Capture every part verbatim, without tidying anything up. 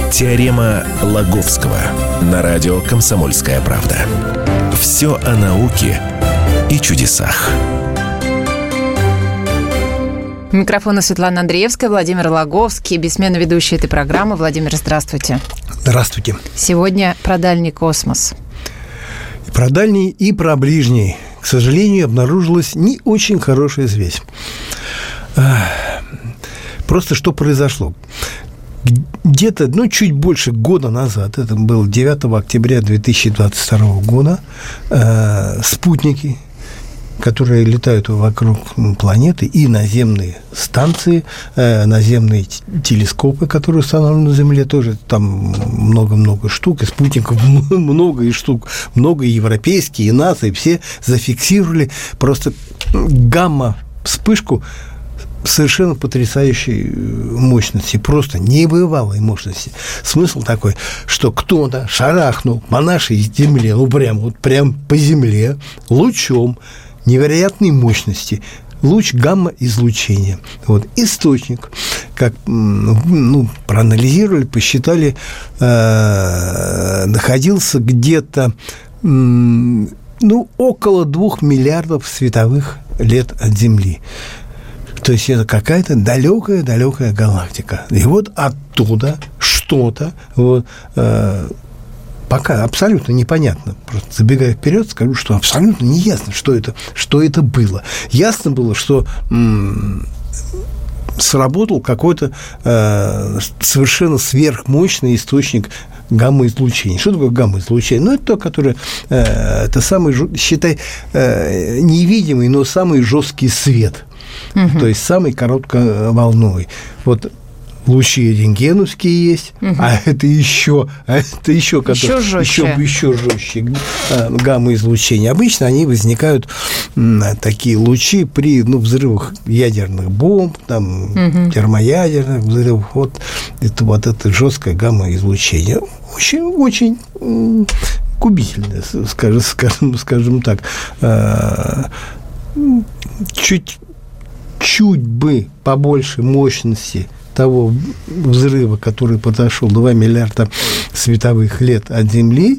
Теорема Лаговского на радио «Комсомольская правда». Все о науке и чудесах. У микрофона Светлана Андреевская, Владимир Лаговский, бессменно ведущий этой программы. Владимир, здравствуйте. Здравствуйте. Сегодня про дальний космос. И про дальний, и про ближний. К сожалению, обнаружилась не очень хорошая связь. Просто что произошло? Где-то, ну, чуть больше года назад, это было девятого октября две тысячи двадцать второго года, э, спутники, которые летают вокруг планеты, и наземные станции, э, наземные телескопы, которые установлены на Земле, тоже там много-много штук, и спутников много, и штук много, и европейские, и НАСА, и все зафиксировали просто гамма-вспышку совершенно потрясающей мощности, просто небывалой мощности. Смысл такой, что кто-то шарахнул по нашей Земле, ну, прям, вот прям по Земле, лучом невероятной мощности, луч гамма-излучения. Вот. Источник, как, ну, проанализировали, посчитали, э, находился где-то, э, ну, около двух миллиардов световых лет от Земли. То есть это какая-то далекая-далекая галактика. И вот оттуда что-то вот, э, пока абсолютно непонятно. Просто забегая вперед, скажу, что абсолютно не ясно, что это, что это было. Ясно было, что м- сработал какой-то э, совершенно сверхмощный источник гамма-излучения. Что такое гамма-излучение? Ну, это то, которое, э, это самый, считай, э, невидимый, но самый жесткий свет. Uh-huh. То есть самый коротковолновый. Вот лучи рентгеновские есть, uh-huh. а это еще, а это еще, еще жестче. Еще, еще жестче гамма-излучения. Обычно они возникают, такие лучи, при, ну, взрывах ядерных бомб, там, uh-huh. термоядерных взрывов. Вот это, вот это жесткое гамма-излучение. Очень, очень губительное, скажем, скажем, скажем так. Чуть чуть бы побольше мощности того взрыва, который подошел два миллиарда световых лет от Земли,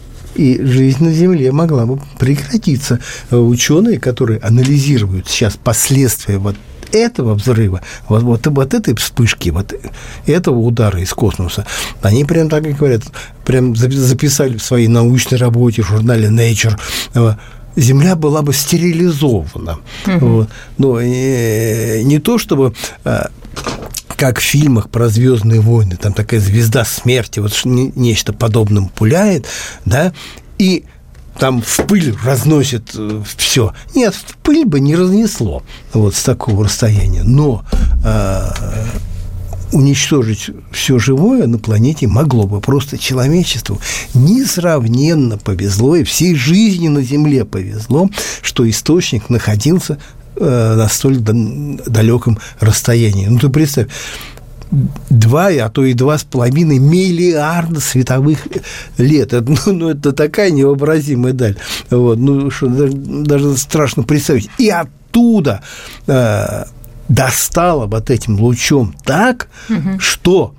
и жизнь на Земле могла бы прекратиться. Ученые, которые анализируют сейчас последствия вот этого взрыва, вот, вот, вот этой вспышки, вот этого удара из космоса, они прям так и говорят, прям записали в своей научной работе в журнале Nature, Земля была бы стерилизована. Uh-huh. Вот. Но э, не то, чтобы, э, как в фильмах про «Звездные войны», там такая звезда смерти, вот нечто подобное пуляет, да, и там в пыль разносит все. Нет, в пыль бы не разнесло вот с такого расстояния. Но э, уничтожить все живое на планете могло бы. Просто человечеству несравненно повезло, и всей жизни на Земле повезло, что источник находился э, на столь далеком расстоянии. Ну, ты представь, два, а то и два с половиной миллиарда световых лет. Это, ну, ну, это такая невообразимая даль. Вот, ну, что, даже, даже страшно представить. И оттуда э, достало вот этим лучом так, угу. что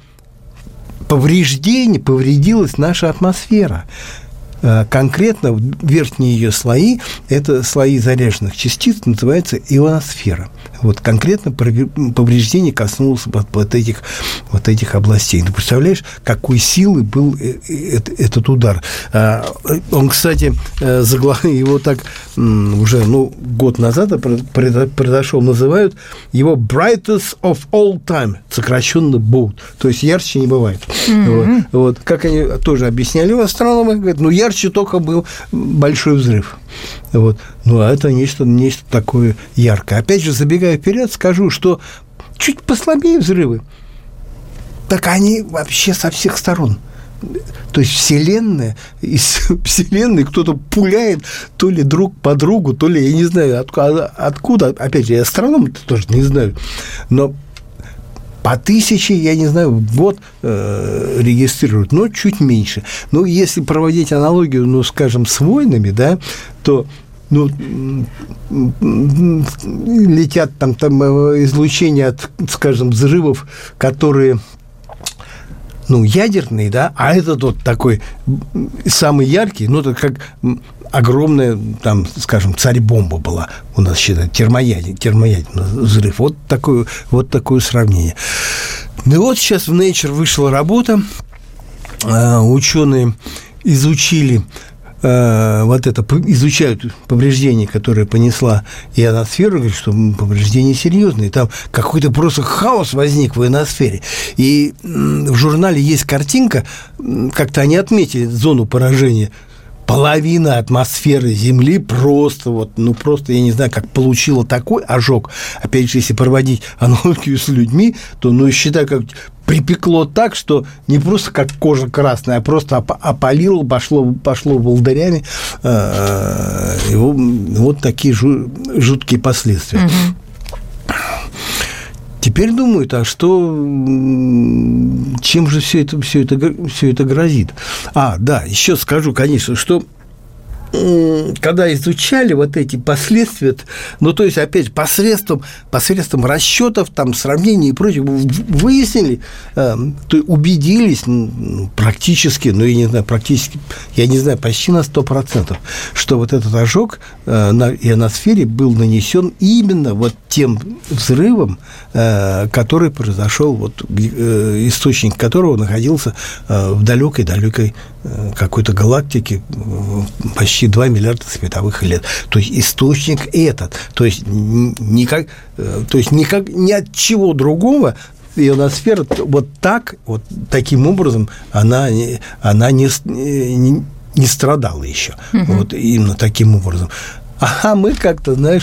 повреждение, повредилась наша атмосфера. Конкретно верхние ее слои, это слои заряженных частиц, называется ионосфера. Вот конкретно повреждение коснулось вот, вот, этих, вот этих областей. Ты представляешь, какой силы был этот удар? Он, кстати, его так уже ну, год назад произошел, называют его brightest of all time, сокращенно боут, то есть ярче не бывает. Mm-hmm. Вот, вот, как они тоже объясняли астрономы, говорят, ну, ярче только был большой взрыв. Вот. Ну, а это нечто, нечто такое яркое. Опять же, забегая вперед, скажу, что чуть послабее взрывы, так они вообще со всех сторон. То есть Вселенная, из Вселенной кто-то пуляет то ли друг по другу, то ли, я не знаю, откуда, откуда опять же, астрономы тоже не знаю, но по тысяче, я не знаю, в год э, регистрируют, но чуть меньше. Ну, если проводить аналогию, ну, скажем, с войнами, да, то ну, летят там, там излучения от, скажем, взрывов, которые ну, ядерный, да, а этот вот такой самый яркий, ну, это как огромная, там, скажем, царь-бомба была у нас, считают, термоядерный, термоядерный взрыв. Вот такое, вот такое сравнение. Ну, и вот сейчас в Nature вышла работа, ученые изучили вот это, изучают повреждения, которые понесла ионосфера, говорят, что повреждения серьезные. Там какой-то просто хаос возник в ионосфере. И в журнале есть картинка, как-то они отметили зону поражения. Половина атмосферы Земли просто, вот, ну, просто, я не знаю, как получила такой ожог. Опять же, если проводить аналогию с людьми, то, ну, считай, как припекло так, что не просто как кожа красная, а просто опалило, пошло, пошло волдырями. И вот такие жуткие последствия. Угу. Теперь думают, а что, чем же все это, все это, все это грозит? А, да, еще скажу, конечно, что когда изучали вот эти последствия, ну, то есть, опять, посредством, посредством расчетов, там, сравнений и прочего, выяснили, э, то убедились ну, практически, ну, я не знаю, практически, я не знаю, почти на сто процентов, что вот этот ожог э, на ионосфере был нанесен именно вот тем взрывом, э, который произошел, вот, э, источник которого находился э, в далекой-далекой э, какой-то галактике, э, почти два миллиарда световых лет. То есть источник этот. То есть никак, то есть никак ни от чего другого ионосфера вот так, вот таким образом она, она не, не, не страдала еще. Угу. Вот именно таким образом. А мы как-то, знаешь,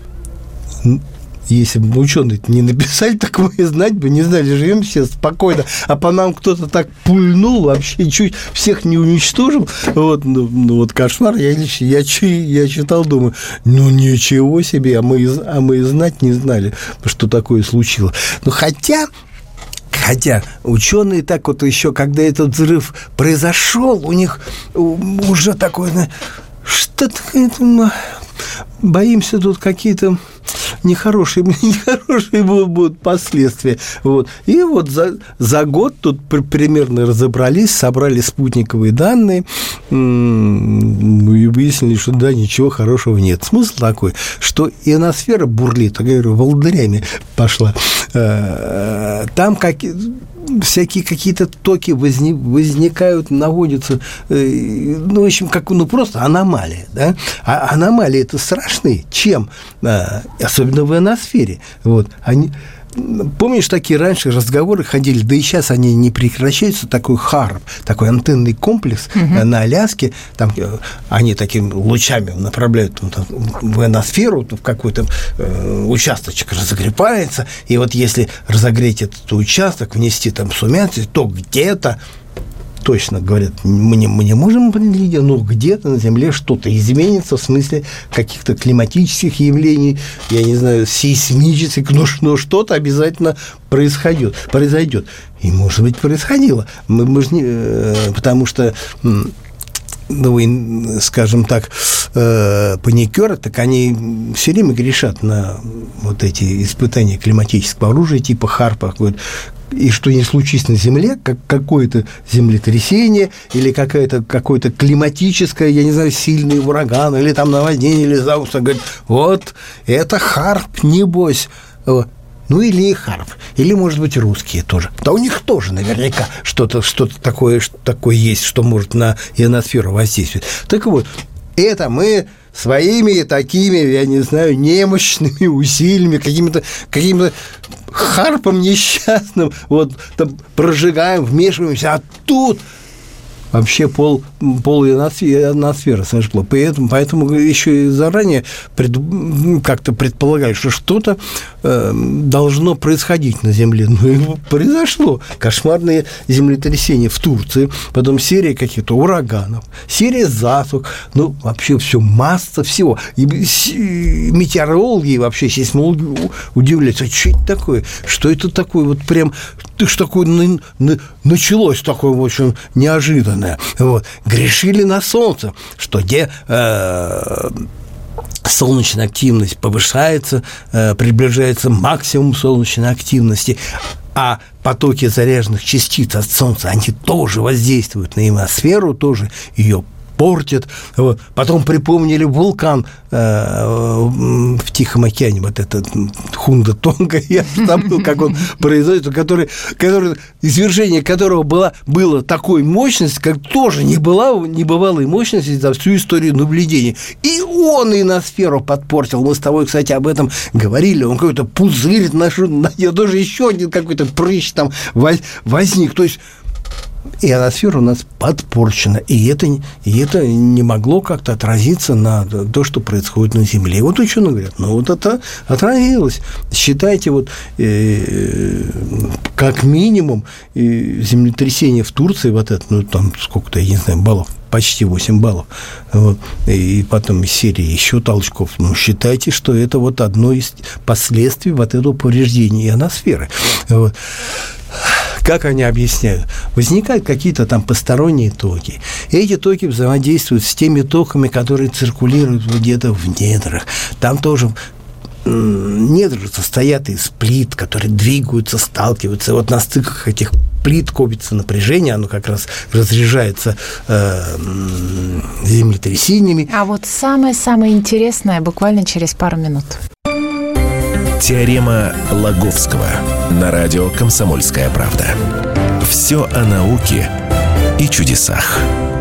если бы ученые не написали, так мы знать бы не знали, живем все спокойно, а по нам кто-то так пульнул, вообще чуть всех не уничтожил, вот, ну, ну вот кошмар, я, я, я читал, думаю, ну ничего себе, а мы, а мы и знать не знали, что такое случилось. Ну, хотя... Хотя ученые так вот еще, когда этот взрыв произошел, у них уже такое, что-то... Боимся, тут какие-то нехорошие, нехорошие будут последствия. Вот. И вот за, за год тут примерно разобрались, собрали спутниковые данные и выяснили, что да, ничего хорошего нет. Смысл такой, что ионосфера бурлит, я говорю, волдырями пошла. Там какие всякие какие-то токи возник, возникают, наводятся, ну, в общем, как, ну, просто аномалия, да? А аномалии это страшные, чем? Особенно в ионосфере. Вот. Они... Помнишь, такие раньше разговоры ходили, да и сейчас они не прекращаются, такой харп, такой антенный комплекс uh-huh. на Аляске, там они такими лучами направляют там, в ионосферу, в какой-то э, участочек разогревается, и вот если разогреть этот участок, внести там сумятицу, то где-то точно говорят, мы не, мы не можем определить, но где-то на Земле что-то изменится в смысле каких-то климатических явлений, я не знаю, сейсмических, но, но что-то обязательно происходит, произойдет. И, может быть, происходило. Мы, мы же не, потому что... Ну, скажем так, э, паникеры, так они все время грешат на вот эти испытания климатического оружия типа харпа, и что не случись на Земле, как какое-то землетрясение или какое-то, какое-то климатическое, я не знаю, сильный ураган, или там наводнение, или заустройство, говорят, вот, это харп, небось. Ну, или и харп, или, может быть, русские тоже. Да у них тоже наверняка что-то, что-то такое, что такое есть, что может на ионосферу воздействовать. Так вот, это мы своими такими, я не знаю, немощными усилиями, какими-то, каким-то харпом несчастным вот, там, прожигаем, вмешиваемся, а тут... Вообще пол, пол ионосферы сожгло. Поэтому, поэтому еще и заранее пред, как-то предполагали, что что-то э, должно происходить на Земле. Ну, и произошло. Кошмарные землетрясения в Турции, потом серия каких-то ураганов, серия засух, ну, вообще все, масса всего. И, и метеорологи, и вообще сейсмологи удивляются, а что это такое? Что это такое? Вот прям, что такое на, на, началось такое, в общем, неожиданно. Вот. Грешили на Солнце, что где э, солнечная активность повышается, э, приближается максимум солнечной активности. А потоки заряженных частиц от Солнца, они тоже воздействуют на ионосферу, тоже ее портят. Вот. Потом припомнили вулкан э, в Тихом океане, вот этот Хунда Тонга, я забыл, как он производится, который, который, извержение которого было, было такой мощности, как тоже не, была, не бывалой мощности за всю историю наблюдения. И он ионосферу подпортил. Мы с тобой, кстати, об этом говорили. Он какой-то пузырь, тоже еще один какой-то прыщ там возник. То есть ионосфера у нас подпорчена, и это, и это не могло как-то отразиться на то, что происходит на Земле. И вот ученые говорят, ну вот это отразилось. Считайте, вот э, как минимум э, землетрясение в Турции, вот это, ну там сколько-то, я не знаю, баллов, почти восемь баллов, вот, и потом из серии еще толчков. Ну, считайте, что это вот одно из последствий вот этого повреждения ионосферы. Вот. Как они объясняют? Возникают какие-то там посторонние токи. И эти токи взаимодействуют с теми токами, которые циркулируют где-то в недрах. Там тоже недра состоят из плит, которые двигаются, сталкиваются. И вот на стыках этих плит копится напряжение, оно как раз разряжается э, землетрясениями. А вот самое-самое интересное буквально через пару минут. Теорема Лаговского на радио «Комсомольская правда». Все о науке и чудесах.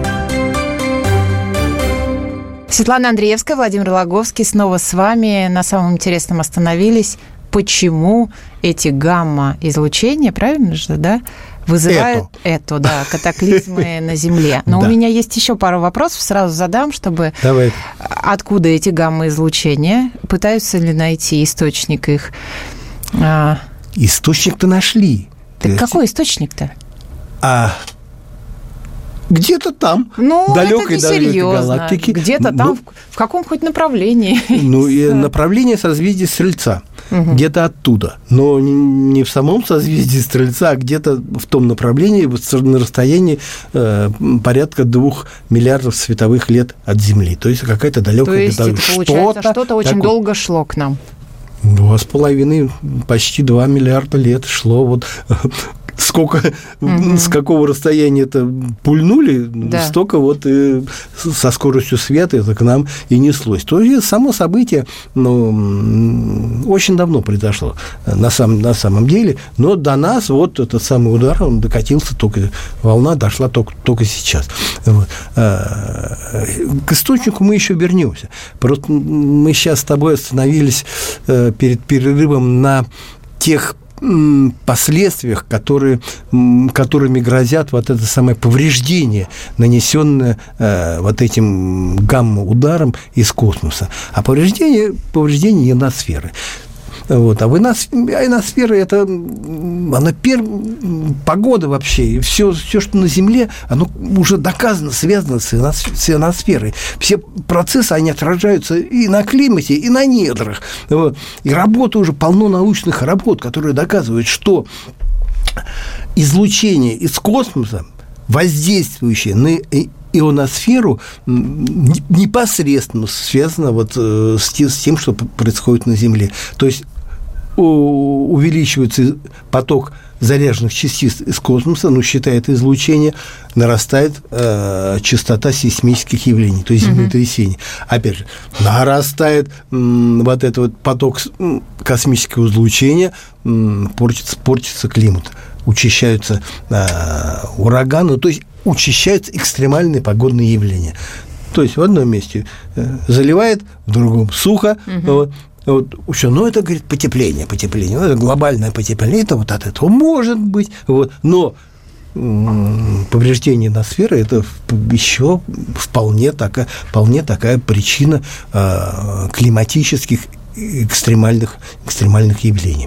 Светлана Андреевская, Владимир Лаговский снова с вами. На самом интересном остановились. Почему эти гамма-излучения, правильно же, да, вызывают это, да, катаклизмы на Земле. Но да. У меня есть еще пару вопросов, сразу задам, чтобы... Давай. Откуда эти гамма-излучения? Пытаются ли найти источник их? Источник-то нашли. Так какой источник-то? А... Где-то там, ну, далекой, это не далекой галактики. Где-то там, ну, в, в каком хоть направлении? Ну, и направление созвездия Стрельца. Угу. Где-то оттуда. Но не в самом созвездии Стрельца, а где-то в том направлении, на расстоянии э, порядка двух миллиардов световых лет от Земли. То есть какая-то далекая... То есть это получается, что-то, что-то очень такое... долго шло к нам. Два с половиной, почти два миллиарда лет шло вот... Сколько, угу. С какого расстояния это пульнули, да. Столько вот и со скоростью света это к нам и неслось. То есть само событие, ну, очень давно произошло на самом, на самом деле, но до нас вот этот самый удар, он докатился только, волна дошла только, только сейчас. Вот. К источнику мы еще вернемся. Просто мы сейчас с тобой остановились перед перерывом на тех последствиях, которые, которыми грозят вот это самое повреждение, нанесенное э, вот этим гамма-ударом из космоса. А повреждение, повреждение ионосферы. Вот. А в ионосфере это она пер... погода вообще, и все, все, что на Земле, оно уже доказано, связано с ионосферой. Все процессы, они отражаются и на климате, и на недрах. Вот. И работа уже, полно научных работ, которые доказывают, что излучение из космоса, воздействующее на ионосферу, непосредственно связано вот с тем, что происходит на Земле. То есть увеличивается поток заряженных частиц из космоса, ну, считая это излучение, нарастает э, частота сейсмических явлений, то есть землетрясений. Mm-hmm. Опять же, нарастает м, вот этот вот поток космического излучения, м, портится, портится климат, учащаются э, ураганы, то есть учащаются экстремальные погодные явления. То есть в одном месте э, заливает, в другом сухо, mm-hmm. вот. Вот, все, ну, это, говорит, потепление, потепление, ну, это глобальное потепление, это вот от этого может быть, вот, но м- повреждение ионосферы – это еще вполне такая, вполне такая причина э, климатических экстремальных, экстремальных явлений.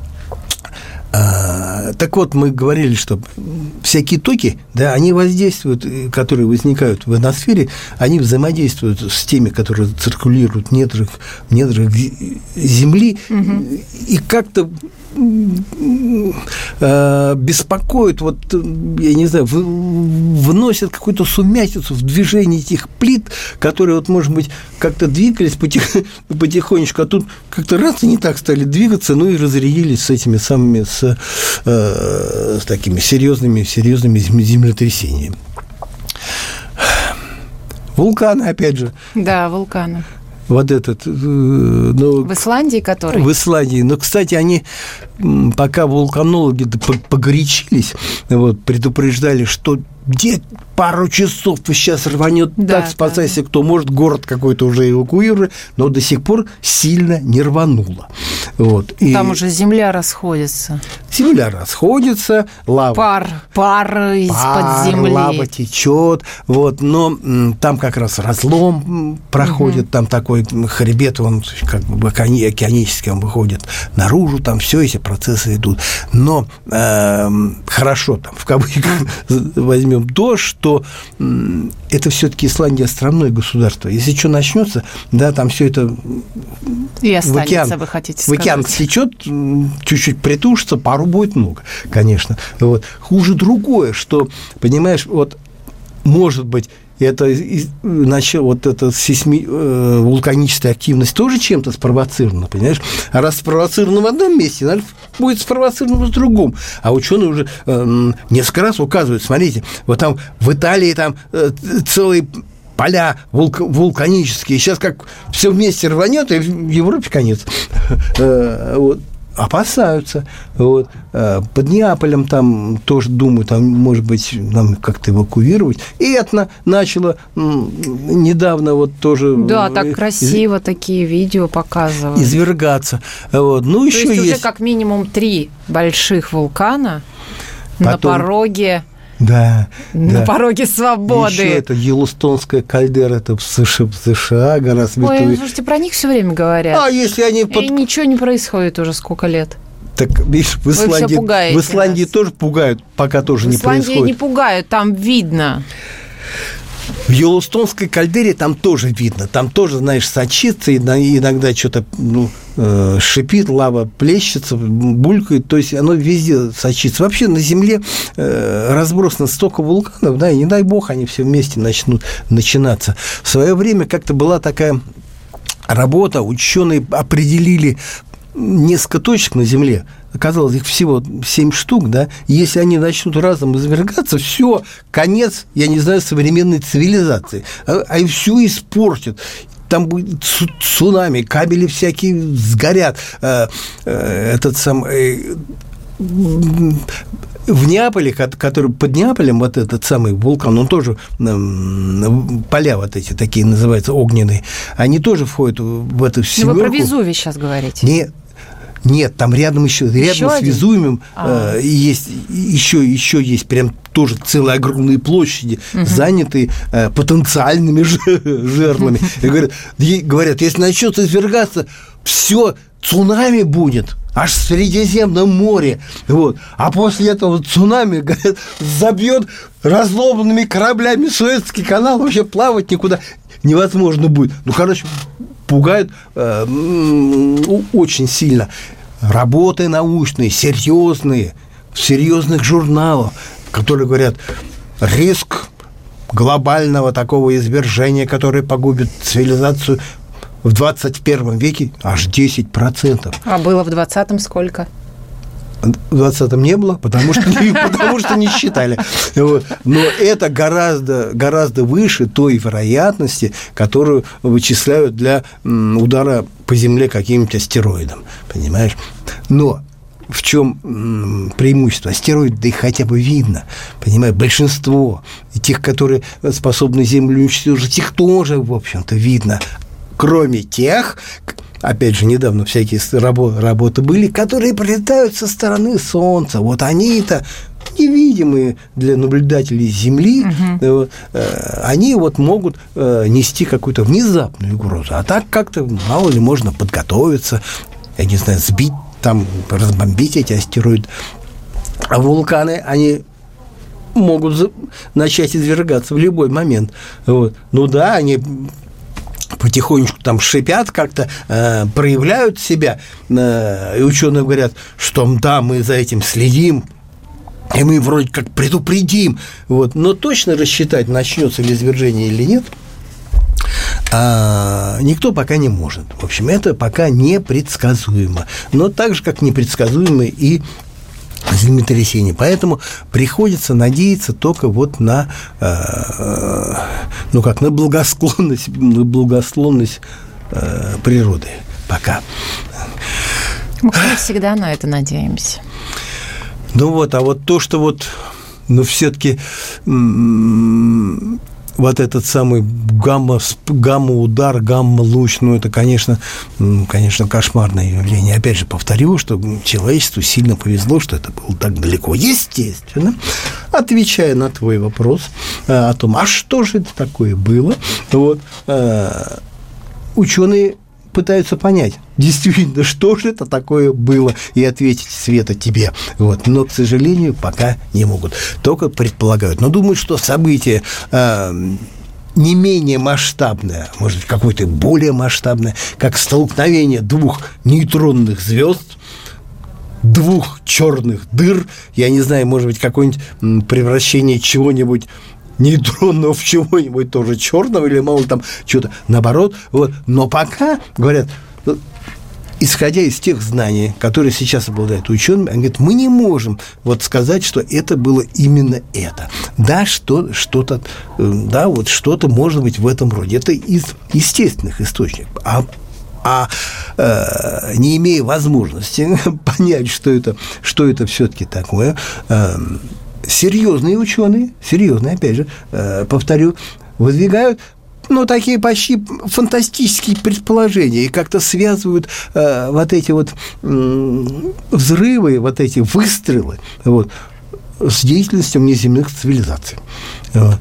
А, так вот, мы говорили, что всякие токи, да, они воздействуют, которые возникают в ионосфере, они взаимодействуют с теми, которые циркулируют в недрах, в недрах Земли, угу. И как-то беспокоят, вот, я не знаю, вносят какую-то сумятицу в движение этих плит, которые, вот, может быть, как-то двигались потих, потихонечку, а тут как-то раз и не так стали двигаться, ну и разрядились с этими самыми, с, с такими серьезными, серьезными землетрясениями. Вулканы, опять же. Да, вулканы. Вот этот... Ну, в Исландии который? В Исландии. Но, кстати, они, пока вулканологи погорячились, вот, предупреждали, что где пару часов сейчас рванет, да, так спасайся, да, кто может, город какой-то уже эвакуировали, но до сих пор сильно не рвануло. Вот. И там уже земля расходится. Земля расходится, лава. Пар, пар из-под земли. Лава течет, вот, но там как раз разлом проходит, угу. Там такой хребет, он как бы океанический, он выходит наружу, там все эти процессы идут. Но э, хорошо, там, в кавычках возьмем то, что это все-таки Исландия островное государство. Если что начнется, да, там все это и останется, в океан, вы хотите в океан стечет, чуть-чуть притушится, пару будет много, конечно. Вот. Хуже другое, что, понимаешь, вот, может быть, это, значит, вот эта сейсми, э, вулканическая активность тоже чем-то спровоцирована, понимаешь? А раз спровоцирована в одном месте, значит, будет спровоцирована в другом. А ученые уже э, несколько раз указывают, смотрите, вот там в Италии там э, целые поля вулк, вулканические, сейчас как все вместе рванет, и в Европе конец. Вот. Опасаются. Вот. Под Неаполем там тоже думают, там, может быть, нам как-то эвакуировать. И Этна начала недавно вот тоже... Да, так красиво из... такие видео показывают. Извергаться. Вот. Ну, еще То есть, есть... уже как минимум три больших вулкана Потом... на пороге... Да, на да. пороге свободы. Еще это Йеллоустонская кальдера, это в США, в США гора Святой. Ой, ну, слушайте, про них все время говорят. А если они... Под... И ничего не происходит уже сколько лет. Так, видишь, в Исландии, в Исландии тоже пугают, пока тоже в не происходит. В Исландии не пугают, там видно. В Йеллоустонской кальдере там тоже видно, там тоже, знаешь, сочится, и иногда что-то ну, шипит, лава плещется, булькает, то есть оно везде сочится. Вообще на Земле разбросано столько вулканов, да, и не дай бог они все вместе начнут начинаться. В свое время как-то была такая работа, ученые определили несколько точек на Земле, оказалось, их всего семь штук, да, и если они начнут разом извергаться, все, конец, я не знаю, современной цивилизации, а, а и все испортит. Там будет цунами, кабели всякие сгорят, э, э, этот самый... В Неаполе, который под Неаполем, вот этот самый вулкан, он тоже, поля вот эти такие называются, огненные, они тоже входят в эту семерку. Ну, вы про Везувий сейчас говорите. Нет. Нет, там рядом еще, еще рядом один? с Везувием а. э, есть еще, еще есть прям тоже целые огромные площади, угу. занятые э, потенциальными жертвами. И говорят, и говорят, если начнет извергаться, все, цунами будет. Аж в Средиземном море. Вот. А после этого цунами, говорят, забьет разломанными кораблями Суэцкий канал, вообще плавать никуда невозможно будет. Ну, короче, пугают э, очень сильно. Работы научные, серьезные, в серьезных журналах, которые говорят, риск глобального такого извержения, которое погубит цивилизацию в двадцать первом веке, аж десять процентов. А было в двадцатом сколько? В двадцатом не было, потому что, потому что не считали. Вот. Но это гораздо, гораздо выше той вероятности, которую вычисляют для удара по Земле каким-нибудь астероидом. Понимаешь? Но в чем преимущество? Астероид, да их хотя бы видно. Понимаешь? Большинство тех, которые способны Землю уничтожить, их тоже, в общем-то, видно. Кроме тех, опять же, недавно всякие работы были, которые прилетают со стороны Солнца. Вот они-то невидимые для наблюдателей Земли, угу. они вот могут нести какую-то внезапную угрозу. А так как-то, мало ли, можно подготовиться, я не знаю, сбить, там, разбомбить эти астероиды. А вулканы, они могут начать извергаться в любой момент. Вот. Ну да, они... потихонечку там шипят, как-то э, проявляют себя, э, и ученые говорят, что да, мы за этим следим, и мы вроде как предупредим, вот, но точно рассчитать, начнется ли извержение или нет, а, никто пока не может. В общем, это пока непредсказуемо, но так же, как непредсказуемо и землетрясение. Поэтому приходится надеяться только вот на, э, ну как, на благосклонность, на благосклонность э, природы пока. Мы всегда на это надеемся. Ну вот, а вот то, что вот, ну все-таки м- вот этот самый гамма, гамма-удар, гамма-луч, ну, это, конечно, конечно, кошмарное явление. Опять же, повторю, что человечеству сильно повезло, что это было так далеко. Естественно, отвечая на твой вопрос о том, а что же это такое было, вот, ученые пытаются понять, действительно, что же это такое было, и ответить, Света, тебе. Вот. Но, к сожалению, пока не могут. Только предполагают. Но думают, что событие э, не менее масштабное, может быть, какое-то более масштабное, как столкновение двух нейтронных звезд, двух черных дыр, я не знаю, может быть, какое-нибудь превращение чего-нибудь нейтронного в чего-нибудь тоже черного, или мало там что-то наоборот. Вот. Но пока, говорят, исходя из тех знаний, которые сейчас обладают учеными, они говорят, мы не можем вот сказать, что это было именно это. Да, что, что-то, да, вот что-то может быть в этом роде. Это из естественных источников. А А э, не имея возможности понять, что это, что это все-таки такое, э, серьезные ученые, серьезные, опять же, э, повторю, выдвигают, ну, такие почти фантастические предположения и как-то связывают э, вот эти вот э, взрывы, вот эти выстрелы вот, с деятельностью внеземных цивилизаций. Вот.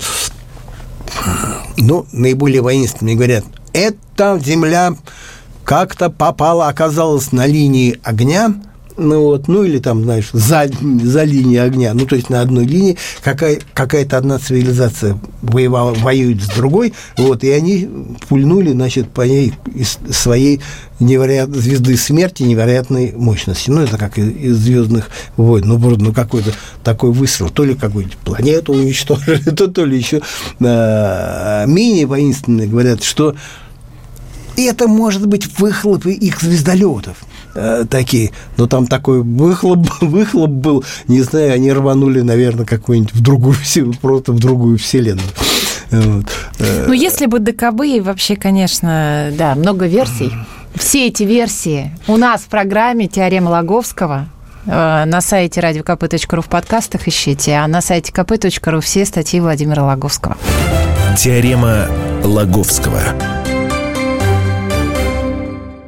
Ну, наиболее воинственные говорят, эта Земля как-то попала, оказалась на линии огня, ну, вот, ну или там, знаешь, за, за линией огня, ну, то есть на одной линии какая, какая-то одна цивилизация воевала, воюет с другой, вот, и они пульнули, значит, по ней из своей невероятной звезды смерти невероятной мощности. Ну, это как из, из «Звездных войн», ну, ну, какой-то такой выстрел, то ли какую-нибудь планету уничтожили, то, то ли еще а, менее воинственные говорят, что это может быть выхлопы их звездолетов. Такие, но там такой выхлоп, выхлоп был, не знаю, они рванули, наверное, какую-нибудь в другую, просто в другую вселенную. Вот. Ну, если бы ДКБ, вообще, конечно, да, много версий. Все эти версии у нас в программе «Теорема Лаговского». На сайте радио ка пэ точка ру в подкастах ищите, а на сайте ка пэ точка ру все статьи Владимира Лаговского. «Теорема Лаговского».